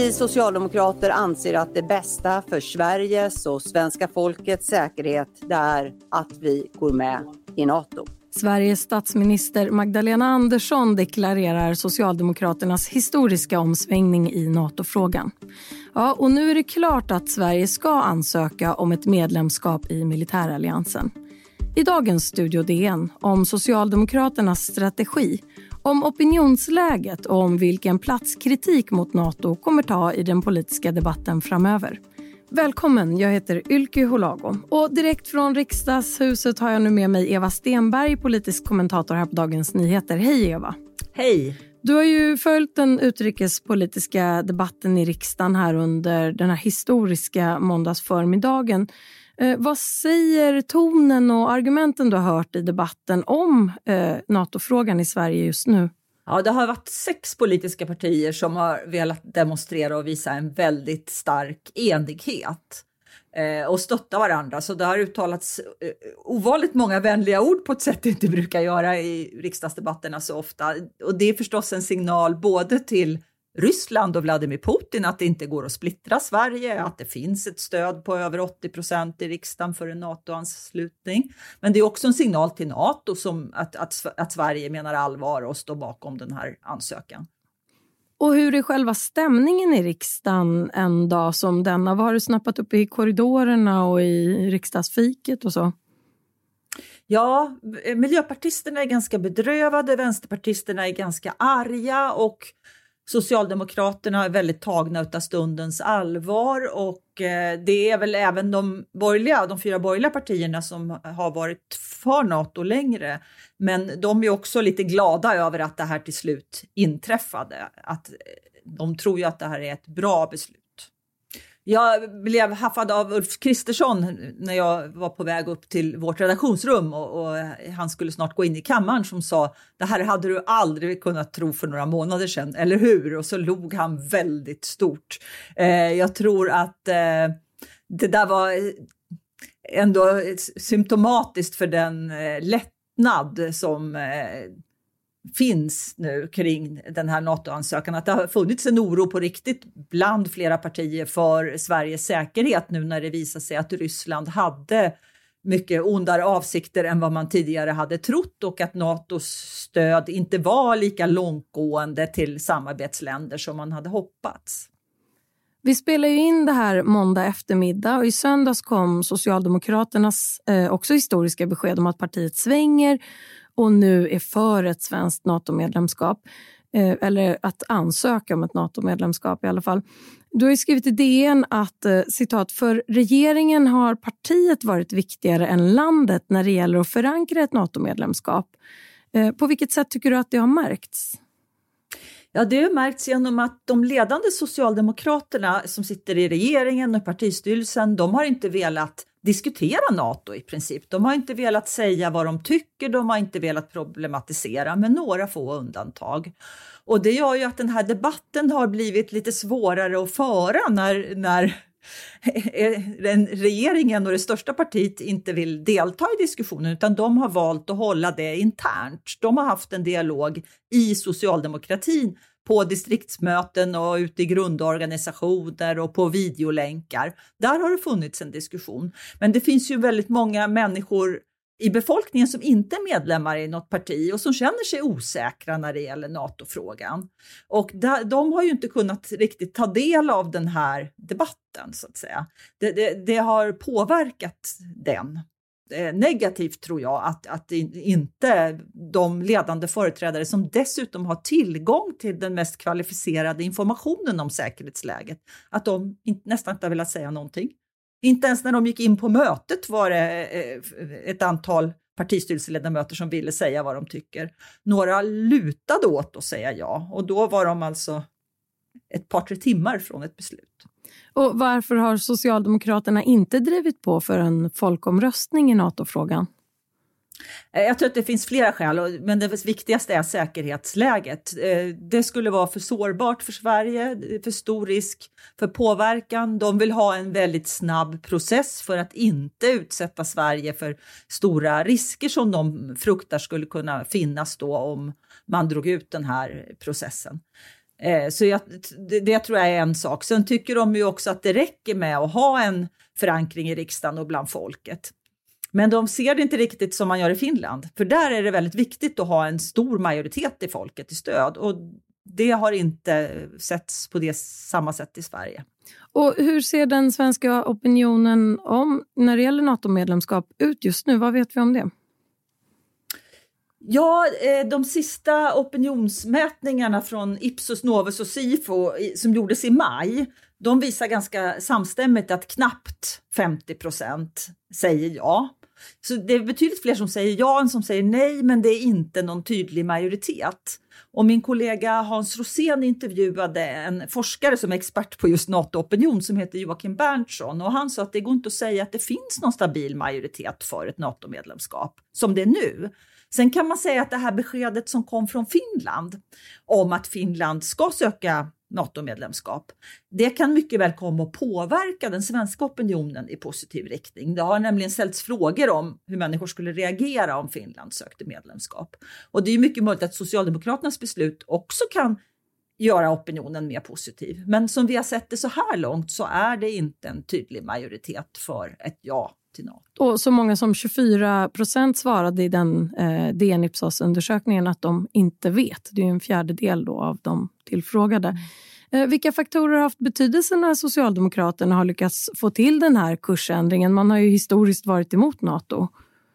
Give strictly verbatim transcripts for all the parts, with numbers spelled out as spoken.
Vi socialdemokrater anser att det bästa för Sveriges och svenska folkets säkerhet det är att vi går med i NATO. Sveriges statsminister Magdalena Andersson deklarerar Socialdemokraternas historiska omsvängning i NATO-frågan. Ja, och nu är det klart att Sverige ska ansöka om ett medlemskap i militäralliansen. I dagens Studio D N om Socialdemokraternas strategi, om opinionsläget och om vilken plats kritik mot NATO kommer ta i den politiska debatten framöver. Välkommen, jag heter Ylke Holago och direkt från riksdagshuset har jag nu med mig Eva Stenberg, politisk kommentator här på Dagens Nyheter. Hej Eva! Hej! Du har ju följt den utrikespolitiska debatten i riksdagen här under den här historiska måndagsförmiddagen. Eh, vad säger tonen och argumenten du har hört i debatten om eh, NATO-frågan i Sverige just nu? Ja, det har varit sex politiska partier som har velat demonstrera och visa en väldigt stark enighet eh, och stötta varandra. Så det har uttalats eh, ovanligt många vänliga ord på ett sätt det inte brukar göra i riksdagsdebatterna så ofta. Och det är förstås en signal både till Ryssland och Vladimir Putin att det inte går att splittra Sverige, att det finns ett stöd på över åttio procent i riksdagen för en NATO-anslutning. Men det är också en signal till NATO som att, att, att Sverige menar allvar och står bakom den här ansökan. Och hur är själva stämningen i riksdagen en dag som denna? Vad har du snappat upp i korridorerna och i riksdagsfiket och så? Ja, miljöpartisterna är ganska bedrövade, vänsterpartisterna är ganska arga och Socialdemokraterna är väldigt tagna av stundens allvar och eh, det är väl även de borgerliga, de fyra borgerliga partierna som har varit för NATO längre. Men de är också lite glada över att det här till slut inträffade. Att de tror ju att det här är ett bra beslut. Jag blev haffad av Ulf Kristersson när jag var på väg upp till vårt redaktionsrum och, och han skulle snart gå in i kammaren som sa det här hade du aldrig kunnat tro för några månader sedan, eller hur? Och så log han väldigt stort. Eh, jag tror att eh, det där var ändå symptomatiskt för den eh, lättnad som eh, finns nu kring den här NATO-ansökan. Att det har funnits en oro på riktigt bland flera partier för Sveriges säkerhet nu när det visar sig att Ryssland hade mycket ondare avsikter än vad man tidigare hade trott och att NATOs stöd inte var lika långtgående till samarbetsländer som man hade hoppats. Vi spelar ju in det här måndag eftermiddag och i söndags kom Socialdemokraternas eh, också historiska besked om att partiet svänger och nu är för ett svenskt NATO-medlemskap. Eh, eller att ansöka om ett NATO-medlemskap i alla fall. Du har ju skrivit i D N att, eh, citat, för regeringen har partiet varit viktigare än landet när det gäller att förankra ett NATO-medlemskap. Eh, på vilket sätt tycker du att det har märkts? Ja, det har märkts genom att de ledande socialdemokraterna som sitter i regeringen och partistyrelsen, de har inte velat diskutera NATO i princip. De har inte velat säga vad de tycker, de har inte velat problematisera med några få undantag. Och det gör ju att den här debatten har blivit lite svårare att föra när, när regeringen och det största partiet inte vill delta i diskussionen utan de har valt att hålla det internt. De har haft en dialog i socialdemokratin på distriktsmöten och ute i grundorganisationer och på videolänkar. Där har det funnits en diskussion. Men det finns ju väldigt många människor i befolkningen som inte är medlemmar i något parti och som känner sig osäkra när det gäller NATO-frågan. Och de har ju inte kunnat riktigt ta del av den här debatten så att säga. Det, det, det har påverkat den. Negativt tror jag att, att inte de ledande företrädare som dessutom har tillgång till den mest kvalificerade informationen om säkerhetsläget, att de inte, nästan inte har velat säga någonting. Inte ens när de gick in på mötet var det ett antal partistyrelseledamöter som ville säga vad de tycker. Några lutade åt att säga ja och då var de alltså ett par tre timmar från ett beslut. Och varför har Socialdemokraterna inte drivit på för en folkomröstning i NATO-frågan? Jag tror att det finns flera skäl, men det viktigaste är säkerhetsläget. Det skulle vara för sårbart för Sverige, för stor risk för påverkan. De vill ha en väldigt snabb process för att inte utsätta Sverige för stora risker som de fruktar skulle kunna finnas då om man drog ut den här processen. Eh, så jag, det, det tror jag är en sak. Sen tycker de ju också att det räcker med att ha en förankring i riksdagen och bland folket. Men de ser det inte riktigt som man gör i Finland. För där är det väldigt viktigt att ha en stor majoritet i folket i stöd. Och det har inte setts på det samma sätt i Sverige. Och hur ser den svenska opinionen om när det gäller NATO-medlemskap ut just nu? Vad vet vi om det? Ja, de sista opinionsmätningarna från Ipsos, Novus och Sifo som gjordes i maj, de visar ganska samstämmigt att knappt femtio procent säger ja. Så det är betydligt fler som säger ja än som säger nej, men det är inte någon tydlig majoritet. Och min kollega Hans Rosén intervjuade en forskare som är expert på just NATO-opinion som heter Joakim Berntsson. Och han sa att det går inte att säga att det finns någon stabil majoritet för ett NATO-medlemskap som det är nu. Sen kan man säga att det här beskedet som kom från Finland om att Finland ska söka NATO-medlemskap, det kan mycket väl komma att påverka den svenska opinionen i positiv riktning. Det har nämligen ställts frågor om hur människor skulle reagera om Finland sökte medlemskap. Och det är mycket möjligt att Socialdemokraternas beslut också kan göra opinionen mer positiv. Men som vi har sett det så här långt så är det inte en tydlig majoritet för ett ja till NATO. Och så många som tjugofyra procent svarade i den eh, D N Ipsos-undersökningen att de inte vet. Det är en fjärdedel då av de tillfrågade. Mm. Eh, vilka faktorer har haft betydelse när Socialdemokraterna har lyckats få till den här kursändringen? Man har ju historiskt varit emot NATO.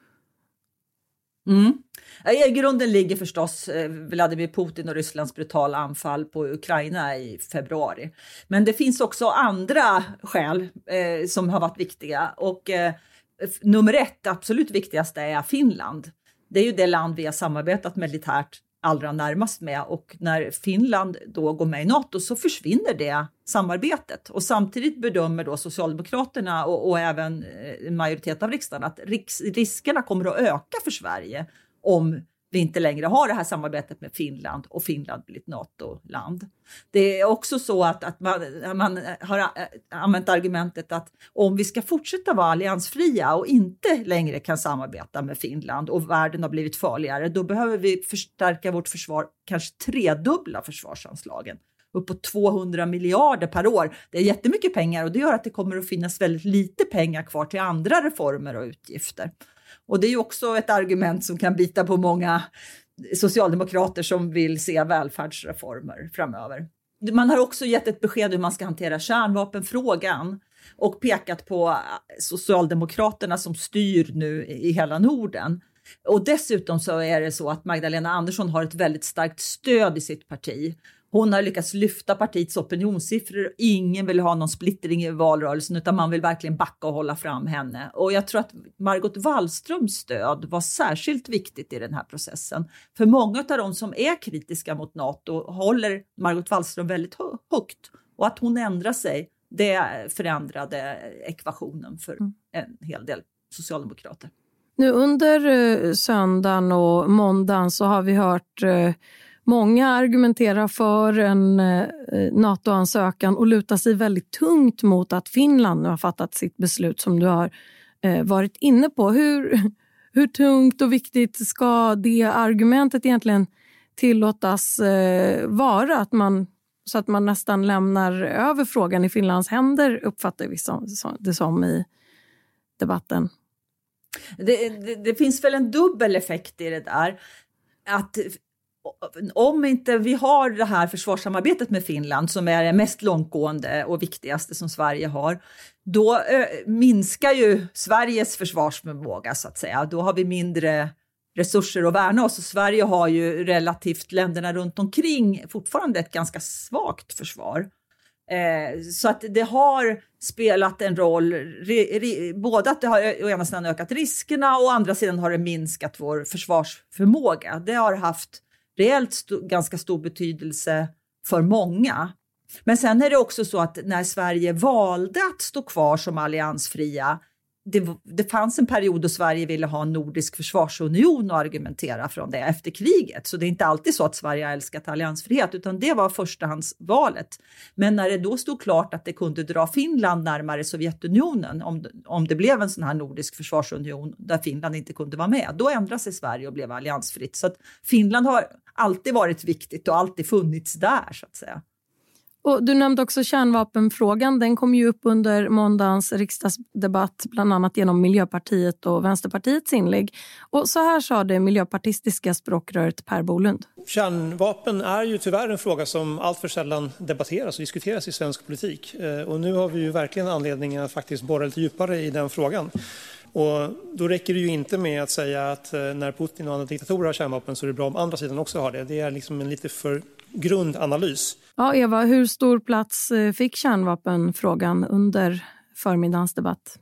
Mm. I grunden ligger förstås Vladimir Putin och Rysslands brutala anfall på Ukraina i februari. Men det finns också andra skäl eh, som har varit viktiga. Och eh, nummer ett, absolut viktigaste, är Finland. Det är ju det land vi har samarbetat militärt allra närmast med. Och när Finland då går med i NATO så försvinner det samarbetet. Och samtidigt bedömer då Socialdemokraterna och, och även en majoritet av riksdagen att riks, riskerna kommer att öka för Sverige om vi inte längre har det här samarbetet med Finland och Finland blir ett NATO-land. Det är också så att, att man, man har använt argumentet att om vi ska fortsätta vara alliansfria och inte längre kan samarbeta med Finland och världen har blivit farligare, då behöver vi förstärka vårt försvar, kanske tredubbla försvarsanslagen. Uppåt tvåhundra miljarder per år. Det är jättemycket pengar och det gör att det kommer att finnas väldigt lite pengar kvar till andra reformer och utgifter. Och det är ju också ett argument som kan bita på många socialdemokrater som vill se välfärdsreformer framöver. Man har också gett ett besked hur man ska hantera kärnvapenfrågan och pekat på Socialdemokraterna som styr nu i hela Norden. Och dessutom så är det så att Magdalena Andersson har ett väldigt starkt stöd i sitt parti. Hon har lyckats lyfta partiets opinionssiffror. Ingen vill ha någon splittring i valrörelsen utan man vill verkligen backa och hålla fram henne. Och jag tror att Margot Wallströms stöd var särskilt viktigt i den här processen. För många av de som är kritiska mot NATO håller Margot Wallström väldigt högt. Och att hon ändrar sig, det förändrade ekvationen för en hel del socialdemokrater. Nu under söndagen och måndagen så har vi hört många argumentera för en eh, NATO-ansökan och luta sig väldigt tungt mot att Finland nu har fattat sitt beslut som du har eh, varit inne på. Hur, hur tungt och viktigt ska det argumentet egentligen tillåtas eh, vara? Att man, så att man nästan lämnar över frågan i Finlands händer, uppfattar vi som, det som i debatten. Det, det, det finns väl en dubbel effekt i det där. Att om inte vi har det här försvarssamarbetet med Finland som är det mest långtgående och viktigaste som Sverige har, då ö, minskar ju Sveriges försvarsförmåga så att säga. Då har vi mindre resurser att värna oss och Sverige har ju relativt länderna runt omkring fortfarande ett ganska svagt försvar. Eh, så att det har spelat en roll, re, re, både att det har å ena sidan ökat riskerna och å andra sidan har det minskat vår försvarsförmåga. Det har haft reellt st- ganska stor betydelse för många. Men sen är det också så att när Sverige valde att stå kvar som alliansfria, det, det fanns en period då Sverige ville ha en nordisk försvarsunion och argumentera från det efter kriget. Så det är inte alltid så att Sverige har älskat alliansfrihet, utan det var förstahandsvalet. Men när det då stod klart att det kunde dra Finland närmare Sovjetunionen, om, om det blev en sån här nordisk försvarsunion där Finland inte kunde vara med, då ändrade sig Sverige och blev alliansfritt. Så att Finland har alltid varit viktigt och alltid funnits där, så att säga. Och du nämnde också kärnvapenfrågan. Den kom ju upp under måndagens riksdagsdebatt, bland annat genom Miljöpartiet och Vänsterpartiets inlägg. Och så här sa det miljöpartistiska språkröret Per Bolund. Kärnvapen är ju tyvärr en fråga som allt för sällan debatteras och diskuteras i svensk politik. Och nu har vi ju verkligen anledning att faktiskt borra lite djupare i den frågan. Och då räcker det ju inte med att säga att när Putin och andra diktatorer har kärnvapen så är det bra om andra sidan också har det. Det är liksom en lite för grundanalys. Ja, Eva, hur stor plats fick kärnvapenfrågan under förmiddagens debatt?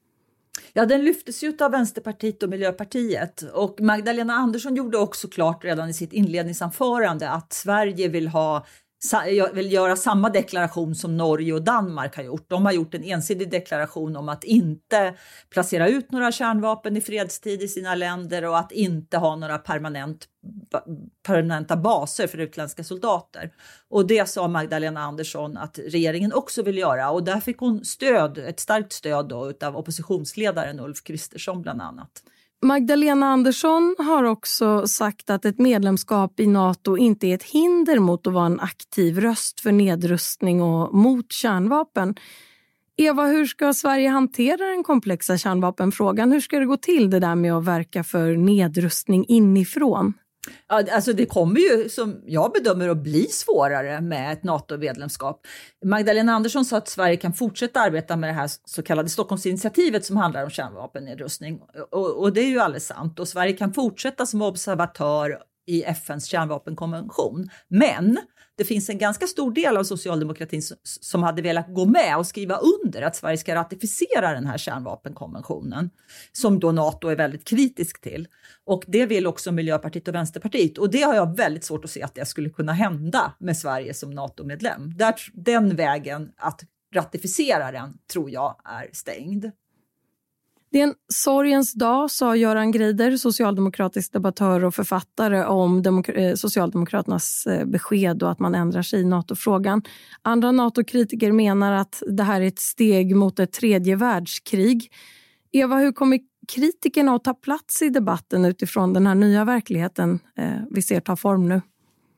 Ja, den lyftes ju av Vänsterpartiet och Miljöpartiet. Och Magdalena Andersson gjorde också klart redan i sitt inledningsanförande att Sverige vill ha Jag vill göra samma deklaration som Norge och Danmark har gjort. De har gjort en ensidig deklaration om att inte placera ut några kärnvapen i fredstid i sina länder och att inte ha några permanent, permanenta baser för utländska soldater. Och det sa Magdalena Andersson att regeringen också vill göra. Och där fick hon stöd, ett starkt stöd då, av oppositionsledaren Ulf Kristersson bland annat. Magdalena Andersson har också sagt att ett medlemskap i NATO inte är ett hinder mot att vara en aktiv röst för nedrustning och mot kärnvapen. Eva, hur ska Sverige hantera den komplexa kärnvapenfrågan? Hur ska det gå till det där med att verka för nedrustning inifrån? Ja, alltså det kommer ju, som jag bedömer, att bli svårare med ett NATO-medlemskap. Magdalena Andersson sa att Sverige kan fortsätta arbeta med det här så kallade Stockholmsinitiativet som handlar om kärnvapennedrustning. Och, och det är ju alldeles sant. Och Sverige kan fortsätta som observatör i F N:s kärnvapenkonvention. Men det finns en ganska stor del av socialdemokratin som hade velat gå med och skriva under att Sverige ska ratificera den här kärnvapenkonventionen som då NATO är väldigt kritisk till. Och det vill också Miljöpartiet och Vänsterpartiet. Och det har jag väldigt svårt att se att det skulle kunna hända med Sverige som NATO-medlem. Där, den vägen att ratificera den tror jag är stängd. Det är en sorgens dag, sa Göran Greider, socialdemokratisk debattör och författare, om demok- Socialdemokraternas besked och att man ändrar sig i NATO-frågan. Andra NATO-kritiker menar att det här är ett steg mot ett tredje världskrig. Eva, hur kommer kritikerna att ta plats i debatten utifrån den här nya verkligheten eh, vi ser ta form nu?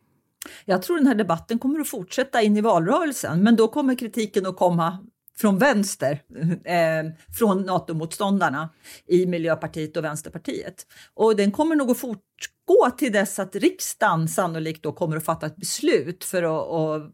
Jag tror den här debatten kommer att fortsätta in i valrörelsen, men då kommer kritiken att komma från vänster, eh, från NATO-motståndarna i Miljöpartiet och Vänsterpartiet. Och den kommer nog att fortgå till dess att riksdagen sannolikt då kommer att fatta ett beslut för att, att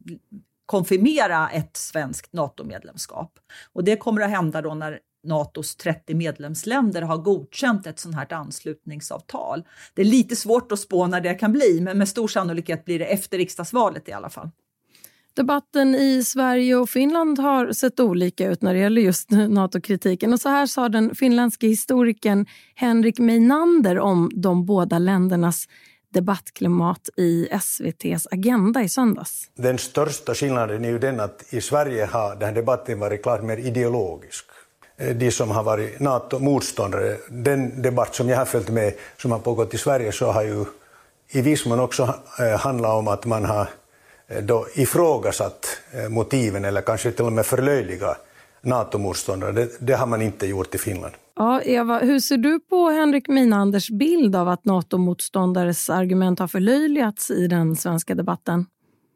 konfirmera ett svenskt NATO-medlemskap. Och det kommer att hända då när NATOs trettio medlemsländer har godkänt ett sånt här anslutningsavtal. Det är lite svårt att spå när det kan bli, men med stor sannolikhet blir det efter riksdagsvalet i alla fall. Debatten i Sverige och Finland har sett olika ut när det gäller just NATO-kritiken. Och så här sa den finländske historikern Henrik Meinander om de båda ländernas debattklimat i S V T:s Agenda i söndags. Den största skillnaden är ju den att i Sverige har den här debatten varit klart mer ideologisk. De som har varit NATO-motståndare, den debatt som jag har följt med som har pågått i Sverige, så har ju i viss mån också handlat om att man har då ifrågasatt motiven eller kanske till och med förlöjliga NATO-motståndare. Det, det har man inte gjort i Finland. Ja, Eva, hur ser du på Henrik Meinanders bild av att NATO-motståndares argument har förlöjligats i den svenska debatten?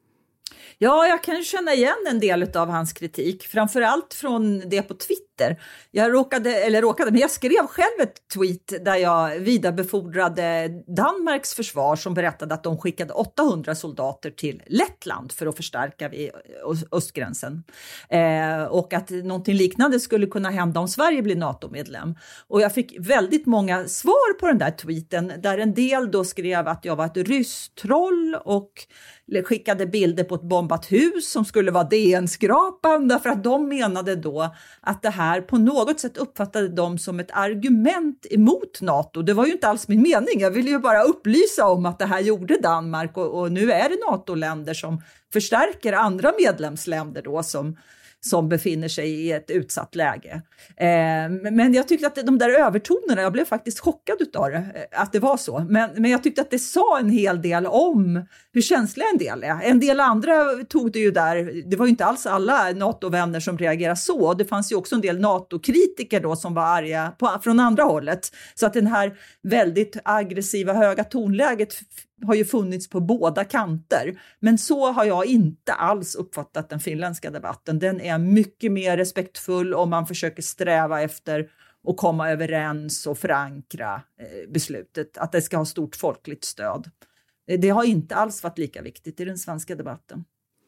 Ja, jag kan känna igen en del av hans kritik, framförallt från det på Twitter. Jag råkade, eller råkade, men jag skrev själv ett tweet där jag vidarebefordrade Danmarks försvar som berättade att de skickade åttahundra soldater till Lettland för att förstärka vid östgränsen. Eh, och att någonting liknande skulle kunna hända om Sverige blir NATO-medlem. Och jag fick väldigt många svar på den där tweeten, där en del då skrev att jag var ett rysstroll och skickade bilder på ett bombat hus som skulle vara D N-skrapan, därför att de menade då att det här på något sätt uppfattade de som ett argument emot NATO. Det var ju inte alls min mening. Jag ville ju bara upplysa om att det här gjorde Danmark och, och nu är det NATO-länder som förstärker andra medlemsländer då som som befinner sig i ett utsatt läge. Eh, men jag tyckte att de där övertonerna, jag blev faktiskt chockad utav det, att det var så. Men, men jag tyckte att det sa en hel del om hur känsliga en del är. En del andra tog det ju där, det var ju inte alls alla NATO-vänner som reagerade så. Det fanns ju också en del NATO-kritiker då som var arga på, från andra hållet. Så att den här väldigt aggressiva höga tonläget har ju funnits på båda kanter. Men så har jag inte alls uppfattat den finländska debatten. Den är mycket mer respektfull om man försöker sträva efter att komma överens och förankra beslutet. Att det ska ha stort folkligt stöd. Det har inte alls varit lika viktigt i den svenska debatten.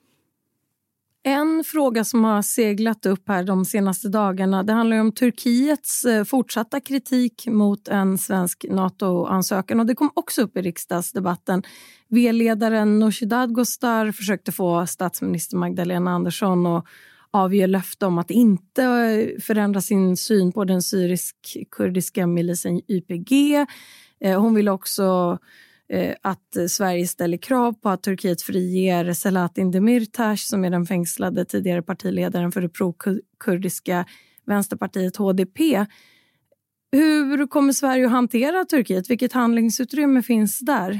En fråga som har seglat upp här de senaste dagarna, det handlar ju om Turkiets fortsatta kritik mot en svensk NATO-ansökan, och det kom också upp i riksdagsdebatten. V-ledaren Nooshi Dadgostar försökte få statsminister Magdalena Andersson att avge löfte om att inte förändra sin syn på den syrisk-kurdiska milisen Y P G. Hon vill också att Sverige ställer krav på att Turkiet friger Selahattin Demirtas, som är den fängslade tidigare partiledaren för det pro-kurdiska vänsterpartiet H D P. Hur kommer Sverige att hantera Turkiet? Vilket handlingsutrymme finns där?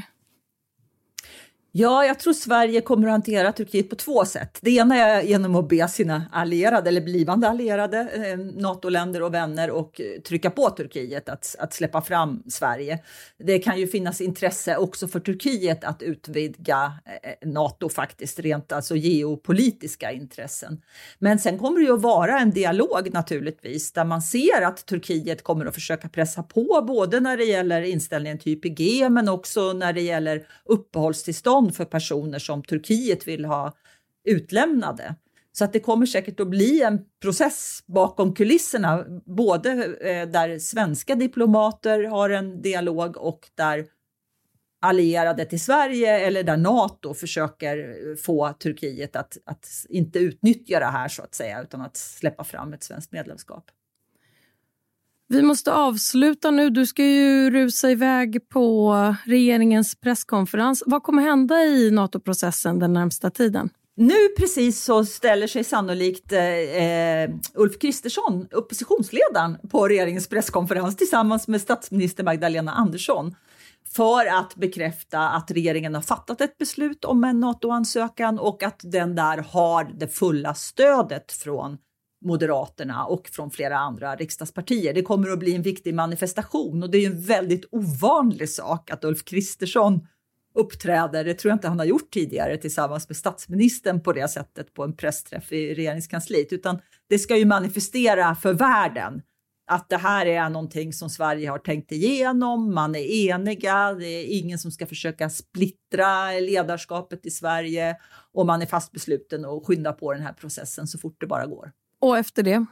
Ja, jag tror Sverige kommer att hantera Turkiet på två sätt. Det ena är genom att be sina allierade eller blivande allierade, eh, NATO-länder och vänner, och trycka på Turkiet att, att släppa fram Sverige. Det kan ju finnas intresse också för Turkiet att utvidga eh, NATO faktiskt, rent alltså geopolitiska intressen. Men sen kommer det ju att vara en dialog naturligtvis, där man ser att Turkiet kommer att försöka pressa på, både när det gäller inställningen till Y P G men också när det gäller uppehållstillstånd för personer som Turkiet vill ha utlämnade. Så att det kommer säkert att bli en process bakom kulisserna, både eh, där svenska diplomater har en dialog och där allierade till Sverige eller där NATO försöker få Turkiet att, att inte utnyttja det här så att säga, utan att släppa fram ett svenskt medlemskap. Vi måste avsluta nu. Du ska ju rusa iväg på regeringens presskonferens. Vad kommer hända i NATO-processen den närmsta tiden? Nu precis så ställer sig sannolikt eh, Ulf Kristersson, oppositionsledaren, på regeringens presskonferens tillsammans med statsminister Magdalena Andersson för att bekräfta att regeringen har fattat ett beslut om en NATO-ansökan och att den där har det fulla stödet från Moderaterna och från flera andra riksdagspartier. Det kommer att bli en viktig manifestation, och det är ju en väldigt ovanlig sak att Ulf Kristersson uppträder, det tror jag inte han har gjort tidigare, tillsammans med statsministern på det sättet på en pressträff i regeringskansliet, utan det ska ju manifestera för världen att det här är någonting som Sverige har tänkt igenom, man är eniga, det är ingen som ska försöka splittra ledarskapet i Sverige, och man är fast besluten att skynda på den här processen så fort det bara går. Och efter det?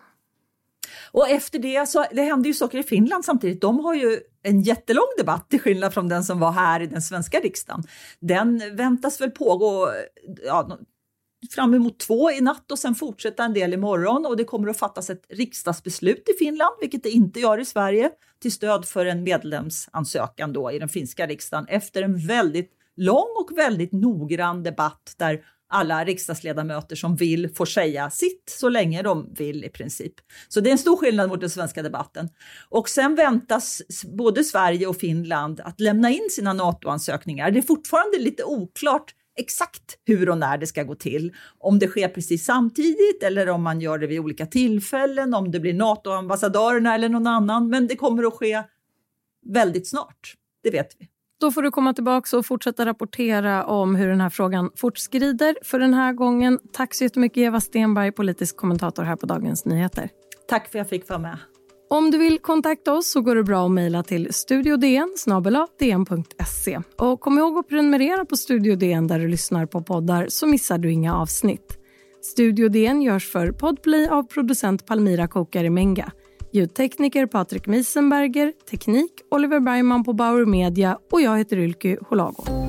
Och efter det så det händer ju saker i Finland samtidigt. De har ju en jättelång debatt till skillnad från den som var här i den svenska riksdagen. Den väntas väl pågå ja, fram emot två i natt och sen fortsätta en del imorgon. Och det kommer att fattas ett riksdagsbeslut i Finland, vilket det inte gör i Sverige, till stöd för en medlemsansökan då i den finska riksdagen. Efter en väldigt lång och väldigt noggrann debatt där alla riksdagsledamöter som vill får säga sitt så länge de vill i princip. Så det är en stor skillnad mot den svenska debatten. Och sen väntas både Sverige och Finland att lämna in sina NATO-ansökningar. Det är fortfarande lite oklart exakt hur och när det ska gå till. Om det sker precis samtidigt eller om man gör det vid olika tillfällen. Om det blir NATO-ambassadörerna eller någon annan. Men det kommer att ske väldigt snart. Det vet vi. Då får du komma tillbaka och fortsätta rapportera om hur den här frågan fortskrider. För den här gången, tack så jättemycket Eva Stenberg, politisk kommentator här på Dagens Nyheter. Tack för att jag fick vara med. Om du vill kontakta oss så går det bra att mejla till studiodn snabel-a d n punkt se. Och kom ihåg att prenumerera på Studio D N där du lyssnar på poddar så missar du inga avsnitt. Studio D N görs för Podplay av producent Palmira Kokarimenga. Ljudtekniker Patrik Miesenberger, teknik Oliver Bergman på Bauer Media och jag heter Ylke Holago.